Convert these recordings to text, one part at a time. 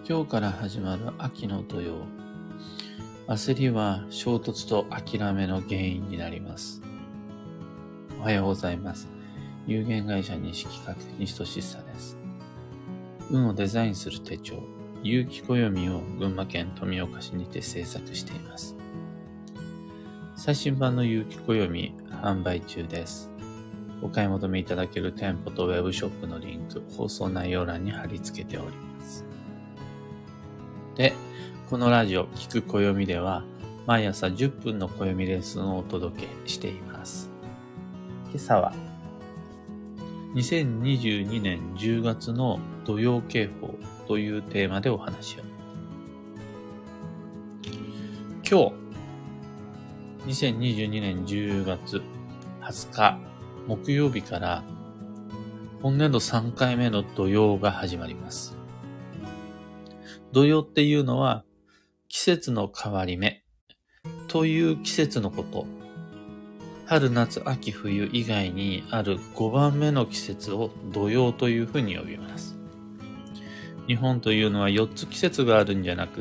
今日から始まる秋の土曜。焦りは衝突と諦めの原因になります。おはようございます。有限会社西企画西俊久です。運をデザインする手帳、有機暦を群馬県富岡市にて制作しています。最新版の有機暦販売中です。お買い求めいただける店舗とウェブショップのリンク、放送内容欄に貼り付けております。で、このラジオ、聞く暦では、毎朝10分の暦レッスンをお届けしています。今朝は、2022年10月の土曜警報というテーマでお話を。今日、2022年10月20日木曜日から本年度3回目の土曜が始まります。土曜っていうのは季節の変わり目という季節のこと。春、夏、秋、冬以外にある5番目の季節を土曜というふうに呼びます。日本というのは4つ季節があるんじゃなくって、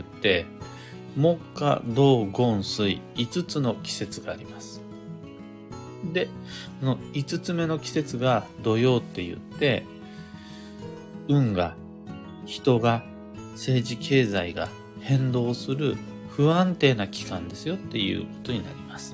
木、火、土、金、水5つの季節があります。で、この5つ目の季節が土曜って言って、運が、人が、政治経済が変動する不安定な期間ですよっていうことになります。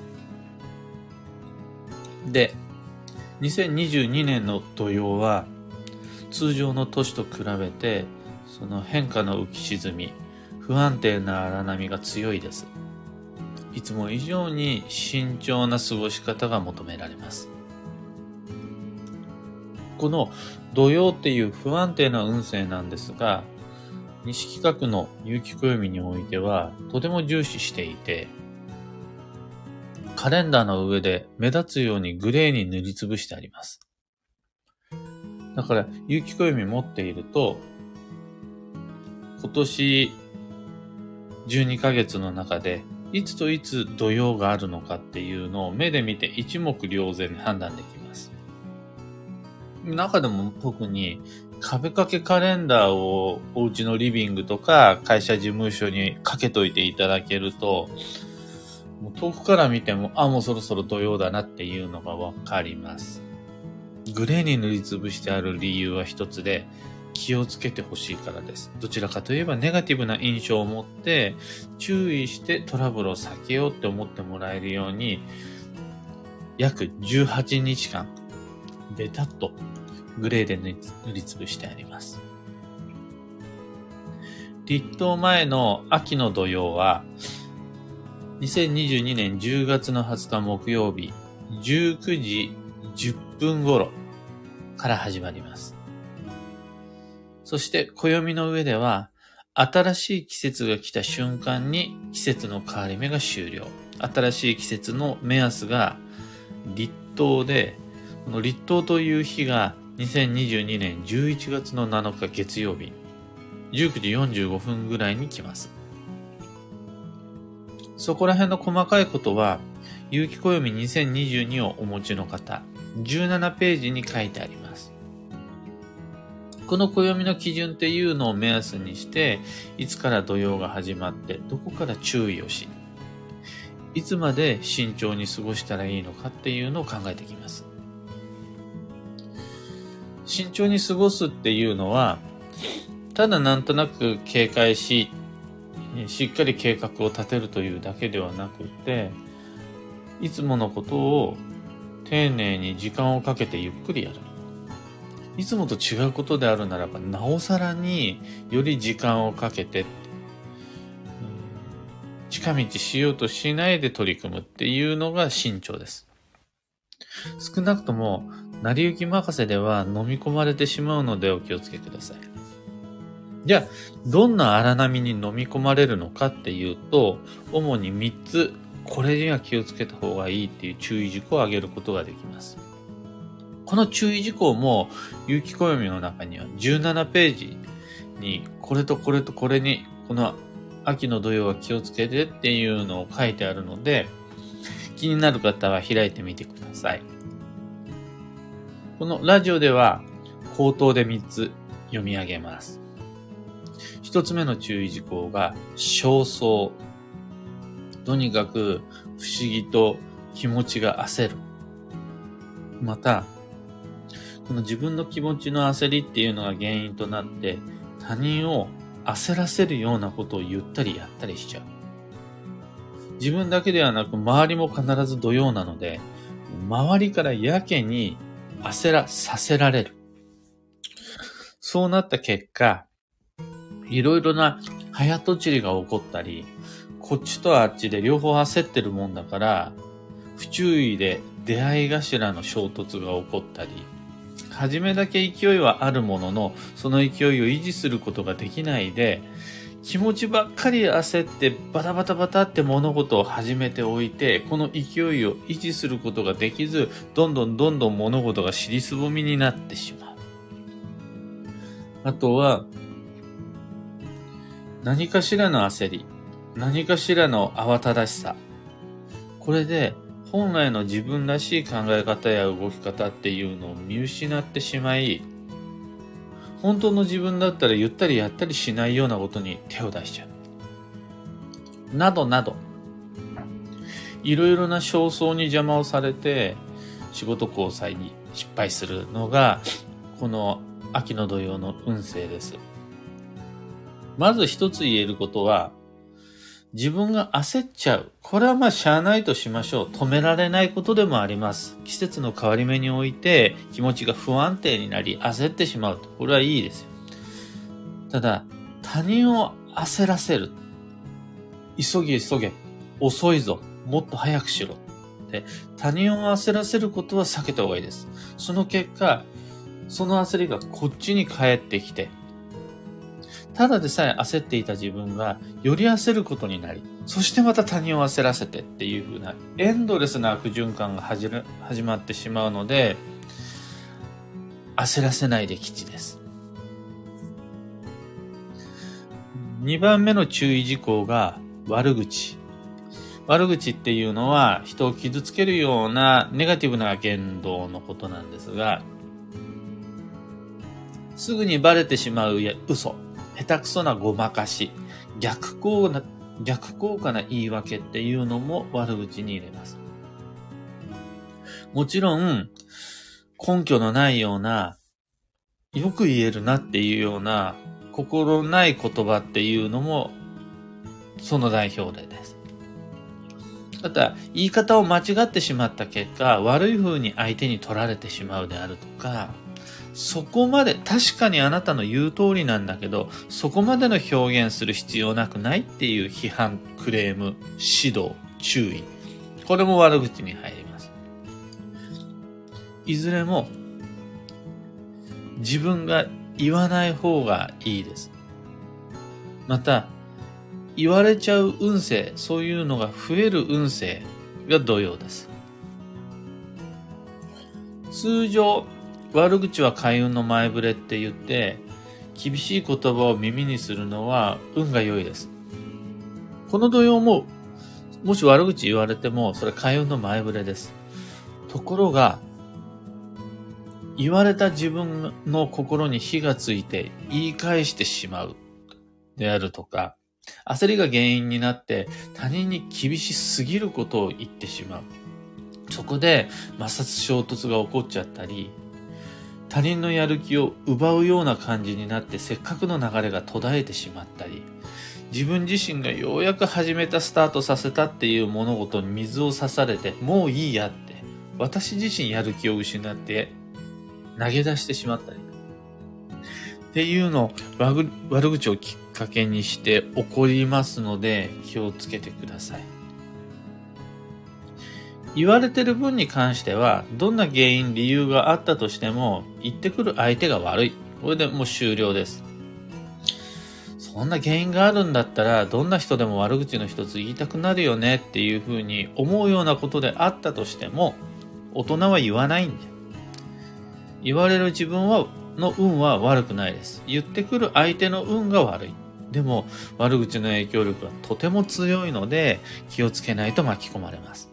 で、2022年の土曜は通常の年と比べてその変化の浮き沈み、不安定な荒波が強いです。いつも以上に慎重な過ごし方が求められます。この土曜っていう不安定な運勢なんですが、西企画の有機暦においてはとても重視していて、カレンダーの上で目立つようにグレーに塗りつぶしてあります。だから有機暦持っていると、今年12ヶ月の中でいつといつ土曜があるのかっていうのを目で見て一目瞭然に判断できます。中でも特に壁掛けカレンダーをお家のリビングとか会社事務所にかけといていただけると、もう遠くから見ても、もうそろそろ土曜だなっていうのがわかります。グレーに塗りつぶしてある理由は一つで、気をつけてほしいからです。どちらかといえばネガティブな印象を持って注意してトラブルを避けようって思ってもらえるように、約18日間ベタッとグレーで塗りつぶしてあります。立冬前の秋の土曜は2022年10月の20日木曜日19時10分頃から始まります。そして暦の上では新しい季節が来た瞬間に季節の変わり目が終了。新しい季節の目安が立冬で、この立冬という日が2022年11月の7日月曜日19時45分ぐらいに来ます。そこら辺の細かいことは有機暦2022をお持ちの方17ページに書いてあります。この暦の基準っていうのを目安にして、いつから土曜が始まってどこから注意をし、いつまで慎重に過ごしたらいいのかっていうのを考えてきます。慎重に過ごすっていうのは、ただなんとなく警戒し、しっかり計画を立てるというだけではなくて、いつものことを丁寧に時間をかけてゆっくりやる。いつもと違うことであるならば、なおさらにより時間をかけて、近道しようとしないで取り組むっていうのが慎重です。少なくとも成り行き任せでは飲み込まれてしまうのでお気をつけください。じゃあ、どんな荒波に飲み込まれるのかっていうと、主に3つ、これには気をつけた方がいいっていう注意事項を挙げることができます。この注意事項も有機暦の中には17ページにこれとこれとこれにこの秋の土曜は気をつけてっていうのを書いてあるので、気になる方は開いてみてください。このラジオでは口頭で3つ読み上げます。 一つ目の注意事項が焦燥。とにかく不思議と気持ちが焦る。また、この自分の気持ちの焦りっていうのが原因となって他人を焦らせるようなことを言ったりやったりしちゃう。自分だけではなく周りも必ず同様なので、周りからやけに焦らさせられる。そうなった結果、いろいろな早とちりが起こったり、こっちとあっちで両方焦ってるもんだから、不注意で出会い頭の衝突が起こったり、初めだけ勢いはあるものの、その勢いを維持することができないで、気持ちばっかり焦ってバタバタバタって物事を始めておいて、この勢いを維持することができず、どんどん物事が尻すぼみになってしまう。あとは、何かしらの焦り、何かしらの慌ただしさ。これで本来の自分らしい考え方や動き方っていうのを見失ってしまい、本当の自分だったら言ったりやったりしないようなことに手を出しちゃう。などなど、いろいろな焦燥に邪魔をされて仕事交際に失敗するのがこの秋の土曜の運勢です。まず一つ言えることは、自分が焦っちゃう。これはしゃあないとしましょう。止められないことでもあります。季節の変わり目において気持ちが不安定になり焦ってしまうと。これはいいですよ。ただ、他人を焦らせる。急げ。遅いぞ。もっと早くしろ。で、他人を焦らせることは避けた方がいいです。その結果、その焦りがこっちに返ってきて、ただでさえ焦っていた自分がより焦ることになり、そしてまた他人を焦らせてっていう風なエンドレスな悪循環が始まってしまうので、焦らせないで吉です。2番目の注意事項が悪口。悪口っていうのは人を傷つけるようなネガティブな言動のことなんですが、すぐにバレてしまう嘘。下手くそなごまかし、逆効果な言い訳っていうのも悪口に入れます。もちろん、根拠のないような、よく言えるなっていうような、心ない言葉っていうのも、その代表例です。また、言い方を間違ってしまった結果、悪い風に相手に取られてしまうであるとか、そこまで、確かにあなたの言う通りなんだけど、そこまでの表現する必要なくないっていう批判、クレーム、指導、注意。これも悪口に入ります。いずれも、自分が言わない方がいいです。また、言われちゃう運勢、そういうのが増える運勢が同様です。通常、悪口は開運の前触れって言って、厳しい言葉を耳にするのは運が良いです。この土曜も、もし悪口言われても、それ開運の前触れです。ところが、言われた自分の心に火がついて言い返してしまうであるとか、焦りが原因になって他人に厳しすぎることを言ってしまう。そこで摩擦衝突が起こっちゃったり、他人のやる気を奪うような感じになってせっかくの流れが途絶えてしまったり、自分自身がようやく始めたスタートさせたっていう物事に水を差されて、もういいやって、私自身やる気を失って投げ出してしまったり。っていうのを悪口をきっかけにして起こりますので気をつけてください。言われてる分に関しては、どんな原因、理由があったとしても、言ってくる相手が悪い。これでもう終了です。そんな原因があるんだったら、どんな人でも悪口の一つ言いたくなるよねっていうふうに思うようなことであったとしても、大人は言わないんだよ。言われる自分の運は悪くないです。言ってくる相手の運が悪い。でも、悪口の影響力はとても強いので、気をつけないと巻き込まれます。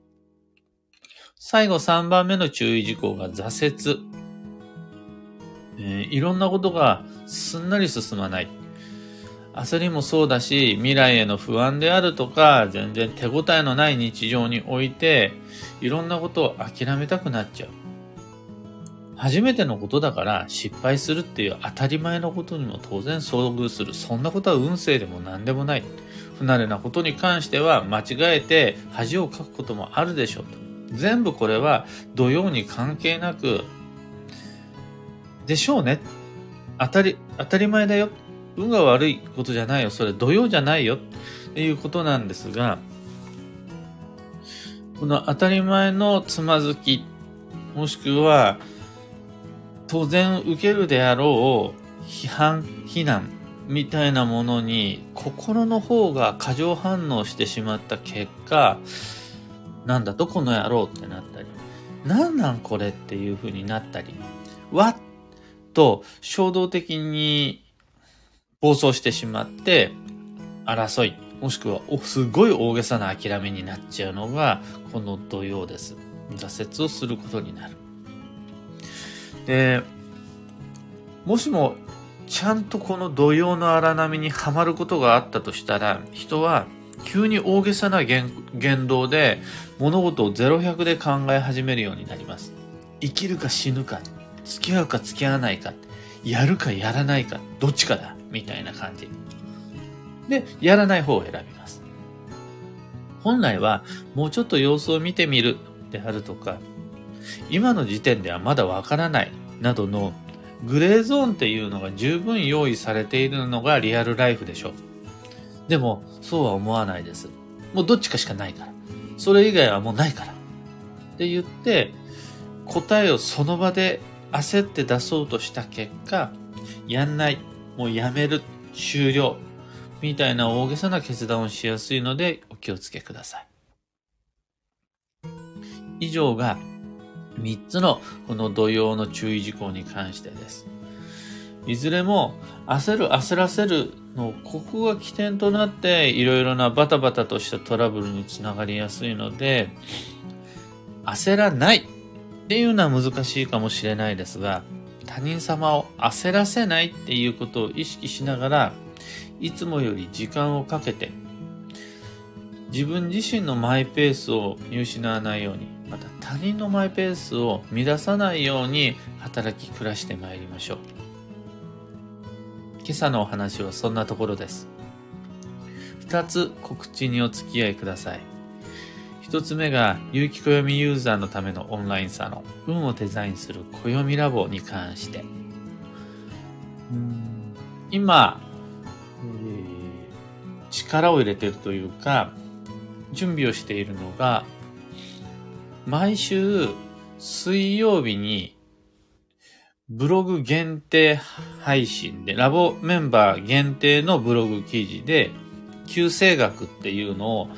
最後3番目の注意事項が挫折。 いろんなことがすんなり進まない。焦りもそうだし、未来への不安であるとか、全然手応えのない日常において、いろんなことを諦めたくなっちゃう。初めてのことだから失敗するっていう当たり前のことにも当然遭遇する。そんなことは運勢でも何でもない。不慣れなことに関しては間違えて恥をかくこともあるでしょうと。全部これは土曜に関係なく、でしょうね。当たり前だよ。運が悪いことじゃないよ。それ土曜じゃないよ。っていうことなんですが、この当たり前のつまずき、もしくは当然受けるであろう批判、非難みたいなものに心の方が過剰反応してしまった結果、なんだとこの野郎ってなったり、なんなんこれっていう風になったり、わっと衝動的に暴走してしまって争い、もしくはすごい大げさな諦めになっちゃうのがこの土曜です。挫折をすることになる。で、もしもちゃんとこの土曜の荒波にはまることがあったとしたら、人は急に大げさな言動で物事を0-100で考え始めるようになります。生きるか死ぬか、付き合うか付き合わないか、やるかやらないか、どっちかだみたいな感じで、やらない方を選びます。本来はもうちょっと様子を見てみるであるとか、今の時点ではまだわからないなどのグレーゾーンっていうのが十分用意されているのがリアルライフでしょ。でもそうは思わないです。もうどっちかしかないから、それ以外はもうないからって言って答えをその場で焦って出そうとした結果、やんない、もうやめる、終了みたいな大げさな決断をしやすいのでお気をつけください。以上が3つのこの土曜の注意事項に関してです。いずれも焦らせるのここが起点となっていろいろなバタバタとしたトラブルにつながりやすいので、焦らないっていうのは難しいかもしれないですが、他人様を焦らせないっていうことを意識しながら、いつもより時間をかけて自分自身のマイペースを見失わないように、また他人のマイペースを乱さないように働き暮らしてまいりましょう。今朝のお話はそんなところです。2つ告知にお付き合いください。1つ目が有機暦ユーザーのためのオンラインサロン、運をデザインする暦ラボに関して。今、力を入れているというか、準備をしているのが、毎週水曜日にブログ限定配信で、ラボメンバー限定のブログ記事で、九星学っていうのを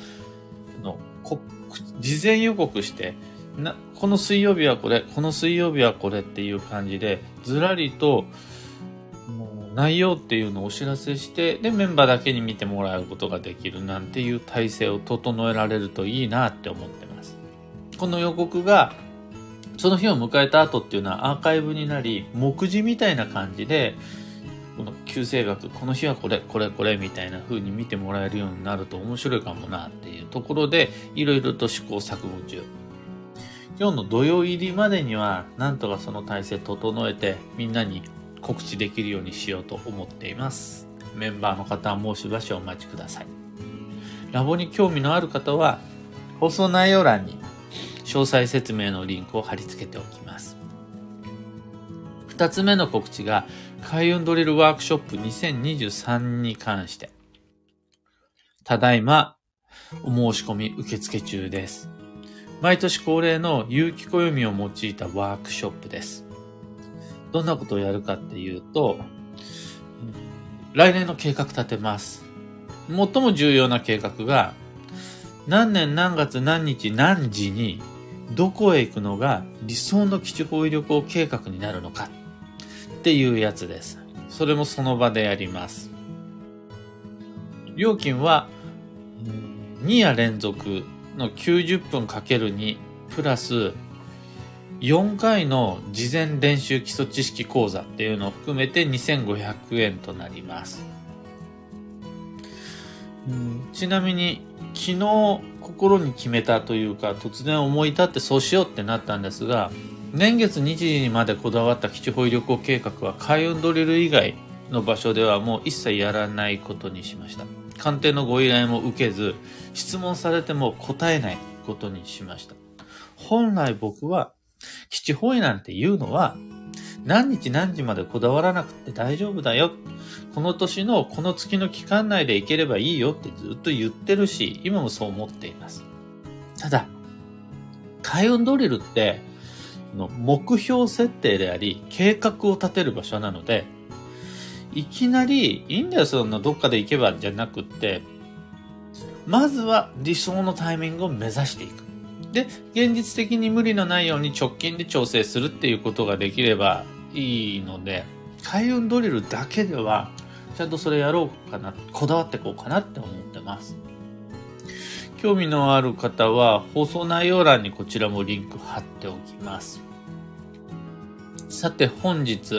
事前予告して、この水曜日はこれ、この水曜日はこれっていう感じで、ずらりと内容っていうのをお知らせして、で、メンバーだけに見てもらうことができるなんていう体制を整えられるといいなって思ってます。この予告が、その日を迎えた後っていうのはアーカイブになり、目次みたいな感じで、この九星学、この日はこれみたいな風に見てもらえるようになると面白いかもなっていうところで、いろいろと試行錯誤中。今日の土曜入りまでには、なんとかその体制整えて、みんなに告知できるようにしようと思っています。メンバーの方はもうしばしお待ちください。ラボに興味のある方は、放送内容欄に詳細説明のリンクを貼り付けておきます。2つ目の告知が、開運ドリルワークショップ2023に関して。ただいま、お申し込み受付中です。毎年恒例の有機暦を用いたワークショップです。どんなことをやるかっていうと、来年の計画立てます。最も重要な計画が、何年何月何日何時にどこへ行くのが理想の基地方位旅行計画になるのかっていうやつです。それもその場でやります。料金は2夜連続の90分 ×2 プラス 4回の事前練習基礎知識講座っていうのを含めて2500円となります。ちなみに昨日心に決めたというか、突然思い立ってそうしようってなったんですが、年月日時にまでこだわった基地保育旅行計画は開運ドリル以外の場所ではもう一切やらないことにしました。鑑定のご依頼も受けず、質問されても答えないことにしました。本来僕は基地保育なんていうのは何日何時までこだわらなくて大丈夫だよ。この年のこの月の期間内で行ければいいよってずっと言ってるし、今もそう思っています。ただ、開運ドリルって目標設定であり、計画を立てる場所なので、いきなりいいんだよ、そのどっかで行けばじゃなくって、まずは理想のタイミングを目指していく。で、現実的に無理のないように直近で調整するっていうことができればいいので、開運ドリルだけではちゃんとそれやろうかな、こだわっていこうかなって思ってます。興味のある方は放送内容欄にこちらもリンク貼っておきます。さて本日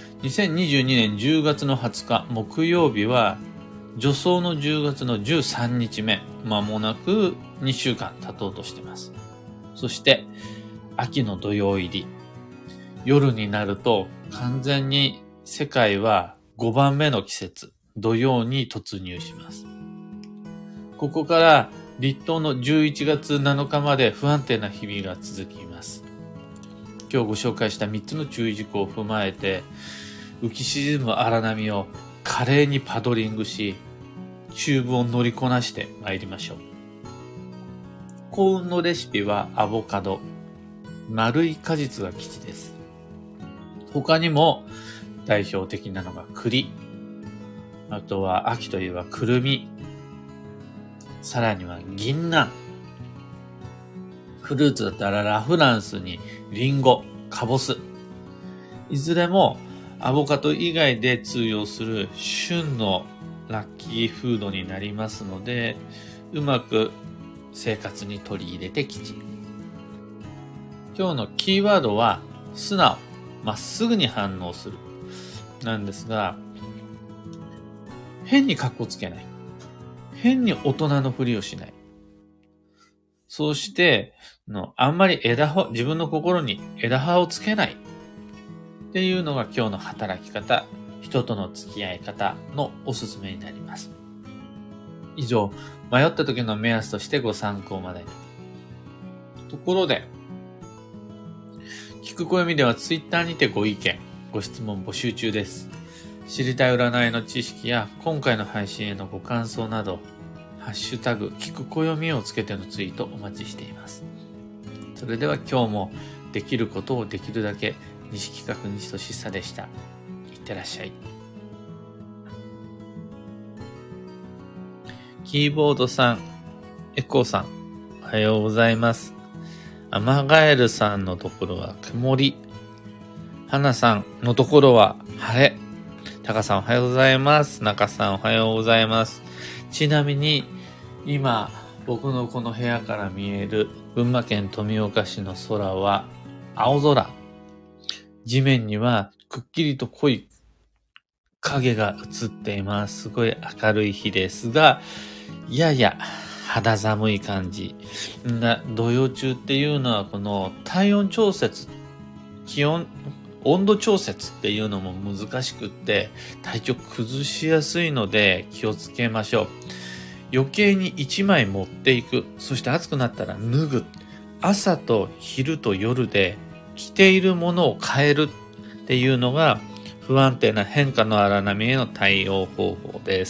2022年10月の20日木曜日は助走の10月の13日目、間もなく2週間経とうとしています。そして秋の土曜入り、夜になると完全に世界は5番目の季節、土曜に突入します。ここから立冬の11月7日まで不安定な日々が続きます。今日ご紹介した3つの注意事項を踏まえて、浮き沈む荒波を華麗にパドリングし、中部を乗りこなして参りましょう。幸運のレシピはアボカド、丸い果実が吉です。他にも代表的なのが栗、あとは秋といえばくるみ、さらには銀杏、フルーツだったらラフランスにリンゴ、カボス、いずれもアボカド以外で通用する旬のラッキーフードになりますので、うまく生活に取り入れて吉。今日のキーワードは素直、まっすぐに反応するなんですが、変にカッコつけない、変に大人のふりをしない、そうしてあんまり自分の心に枝葉をつけないっていうのが今日の働き方、人との付き合い方のおすすめになります。以上、迷った時の目安としてご参考までに。ところで、聞く暦ではツイッターにてご意見、ご質問募集中です。知りたい占いの知識や今回の配信へのご感想など、ハッシュタグ聞く暦をつけてのツイートお待ちしています。それでは今日もできることをできるだけ、西企画西俊久でした。いってらっしゃい。キーボードさん、エコーさん、おはようございます。アマガエルさんのところは曇り。花さんのところは晴れ。タカさんおはようございます。中さんおはようございます。ちなみに今僕のこの部屋から見える群馬県富岡市の空は青空。地面にはくっきりと濃い影が映っています。すごい明るい日ですが、やや肌寒い感じ。土曜中っていうのはこの体温調節、温度調節っていうのも難しくって体調崩しやすいので気をつけましょう。余計に1枚持っていく。そして暑くなったら脱ぐ。朝と昼と夜で着ているものを変えるっていうのが不安定な変化の荒波への対応方法です。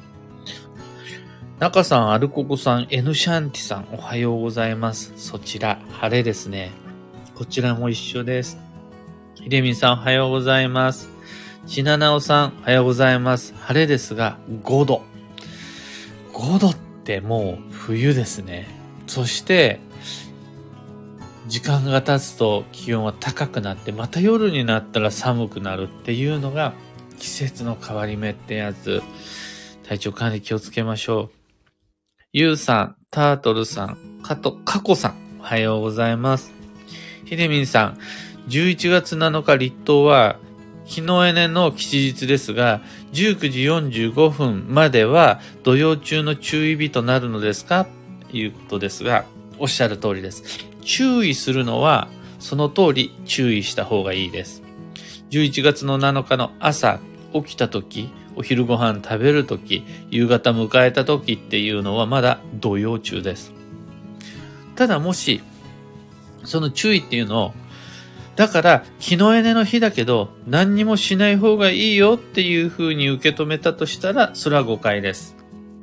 中さん、アルココさん、エヌシャンティさん、おはようございます。そちら、晴れですね。こちらも一緒です。ひでみんさん、おはようございます。ちななおさん、おはようございます。晴れですが、5度。5度ってもう冬ですね。そして、時間が経つと気温は高くなって、また夜になったら寒くなるっていうのが季節の変わり目ってやつ。体調管理気をつけましょう。ゆうさん、タートルさん、かこさん、おはようございます。 ひでみんさん、11月7日立冬は、日のエネの吉日ですが、19時45分までは土曜中の注意日となるのですかということですが、おっしゃる通りです。注意するのは、その通り注意した方がいいです。11月の7日の朝、起きた時、お昼ご飯食べる時、夕方迎えた時っていうのはまだ土曜中です。ただもし、その注意っていうのを、だから日のエネの日だけど何にもしない方がいいよっていう風に受け止めたとしたら、それは誤解です。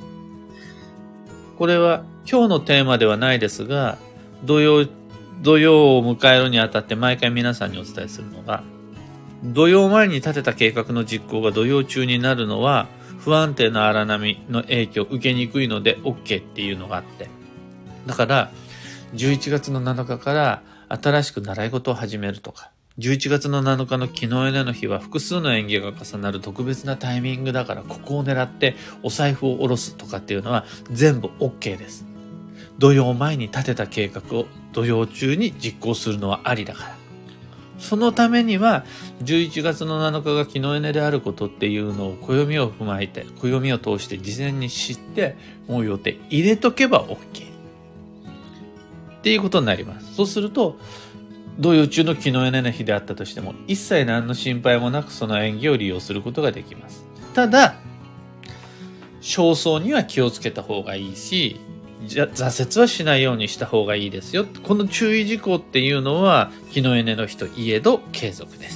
これは今日のテーマではないですが、土曜を迎えるにあたって毎回皆さんにお伝えするのが、土曜前に立てた計画の実行が土曜中になるのは不安定な荒波の影響を受けにくいので OK っていうのがあって。だから、11月の7日から新しく習い事を始めるとか、11月の7日の日のエネの日は複数の縁起が重なる特別なタイミングだから、ここを狙ってお財布を下ろすとかっていうのは全部 OK です。土曜前に立てた計画を土曜中に実行するのはありだから。そのためには、11月の7日が日のエネであることっていうのを暦を踏まえて、暦を通して事前に知って、もう予定入れとけば OK。っていうことになります。そうすると、土曜中の日のエネの日であったとしても、一切何の心配もなくその縁起を利用することができます。ただ、焦燥には気をつけた方がいいし、挫折はしないようにした方がいいですよ。この注意事項っていうのは、日のエネの日といえど継続です。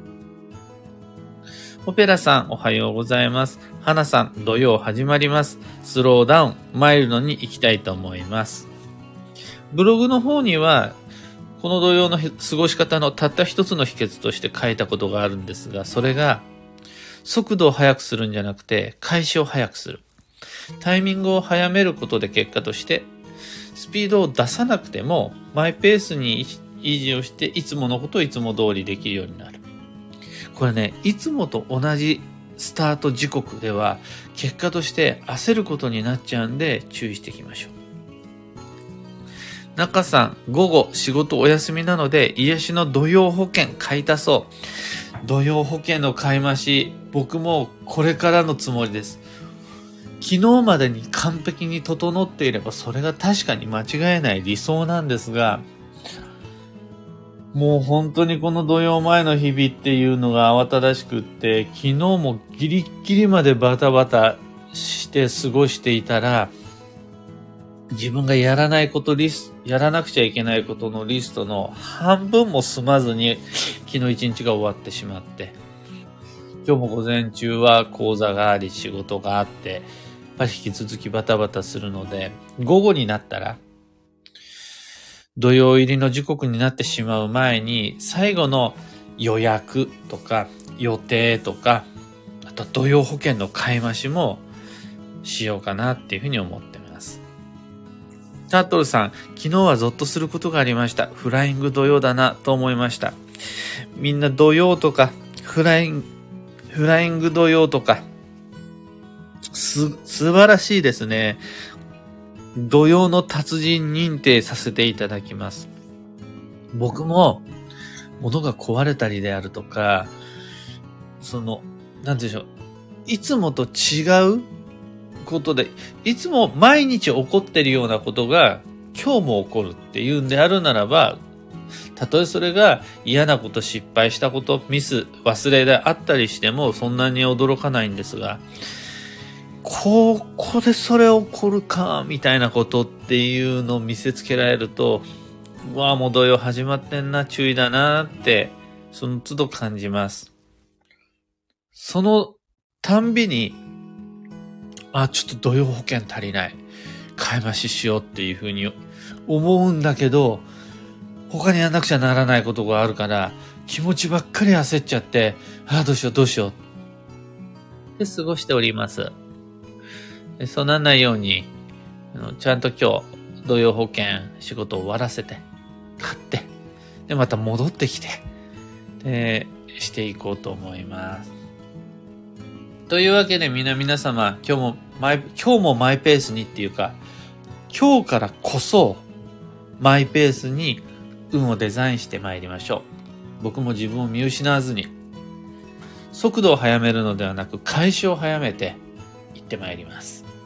オペラさん、おはようございます。花さん、土曜始まります。スローダウン、マイルドに行きたいと思います。ブログの方には、この土曜の過ごし方のたった一つの秘訣として書いたことがあるんですが、それが、速度を速くするんじゃなくて、開始を速くする。タイミングを早めることで結果として、スピードを出さなくても、マイペースに維持をして、いつものことをいつも通りできるようになる。これね、いつもと同じスタート時刻では、結果として焦ることになっちゃうんで、注意していきましょう。中さん、午後仕事お休みなので、癒しの土曜保険買い足そう。土曜保険の買い増し、僕もこれからのつもりです。昨日までに完璧に整っていれば、それが確かに間違いない理想なんですが、もう本当にこの土曜前の日々っていうのが慌ただしくって、昨日もギリッギリまでバタバタして過ごしていたら、自分がやらなくちゃいけないことのリストの半分も済まずに昨日一日が終わってしまって、今日も午前中は講座があり仕事があって、やっぱり引き続きバタバタするので、午後になったら土曜入りの時刻になってしまう前に最後の予約とか予定とか、あと土曜保険の買い増しもしようかなっていうふうに思ってます。タートルさん、昨日はゾッとすることがありました。フライング土曜だなと思いました。みんな土曜とかフライング土曜とか素晴らしいですね。土曜の達人認定させていただきます。僕も物が壊れたりであるとか、なんていうんでしょう、いつもと違うことで、いつも毎日起こってるようなことが今日も起こるっていうんであるならば、たとえそれが嫌なこと、失敗したこと、ミス、忘れであったりしてもそんなに驚かないんですが、ここでそれ起こるかみたいなことっていうのを見せつけられると、うわ、もう土曜始まってんな、注意だなってその都度感じます。そのたんびに、ちょっと土曜保険足りない、買い増ししようっていうふうに思うんだけど、他にやんなくちゃならないことがあるから気持ちばっかり焦っちゃって、どうしようで過ごしております。そうならないようにちゃんと今日土曜保険仕事を終わらせて買って、でまた戻ってきてでしていこうと思います。というわけで皆様、今日もマイペースにっていうか、今日からこそマイペースに運をデザインしてまいりましょう。僕も自分を見失わずに、速度を速めるのではなく開始を早めて行ってまいります。